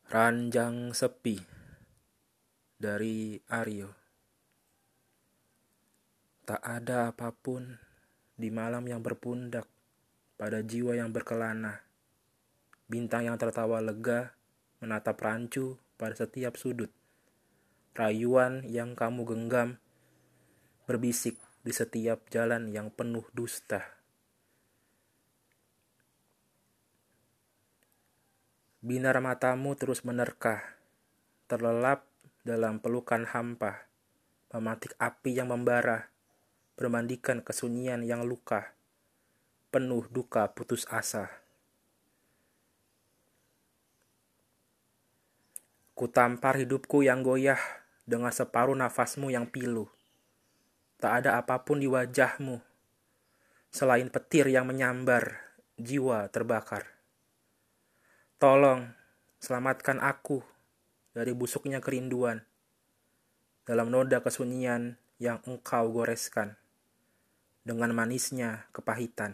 Ranjang Sepi dari Aryo. Tak ada apapun di malam yang berpundak pada jiwa yang berkelana. Bintang yang tertawa lega menatap rancu pada setiap sudut. Rayuan yang kamu genggam berbisik di setiap jalan yang penuh dusta. Binar matamu terus menerkah, terlelap dalam pelukan hampa, mematik api yang membara, bermandikan kesunyian yang luka, penuh duka putus asa. Kutampar hidupku yang goyah dengan separuh nafasmu yang pilu. Tak ada apapun di wajahmu, selain petir yang menyambar, jiwa terbakar. Tolong, selamatkan aku dari busuknya kerinduan, dalam noda kesunyian yang engkau goreskan, dengan manisnya kepahitan.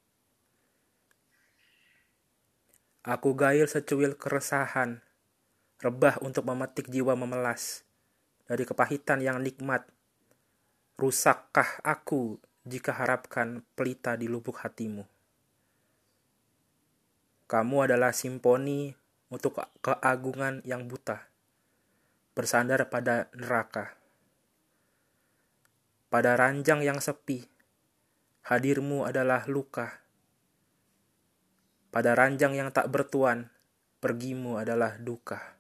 Aku gail secuil keresahan, rebah untuk memetik jiwa memelas, dari kepahitan yang nikmat. Rusakkah aku jika harapkan pelita di lubuk hatimu? Kamu adalah simponi untuk keagungan yang buta, bersandar pada neraka. Pada ranjang yang sepi, hadirmu adalah luka. Pada ranjang yang tak bertuan, pergimu adalah duka.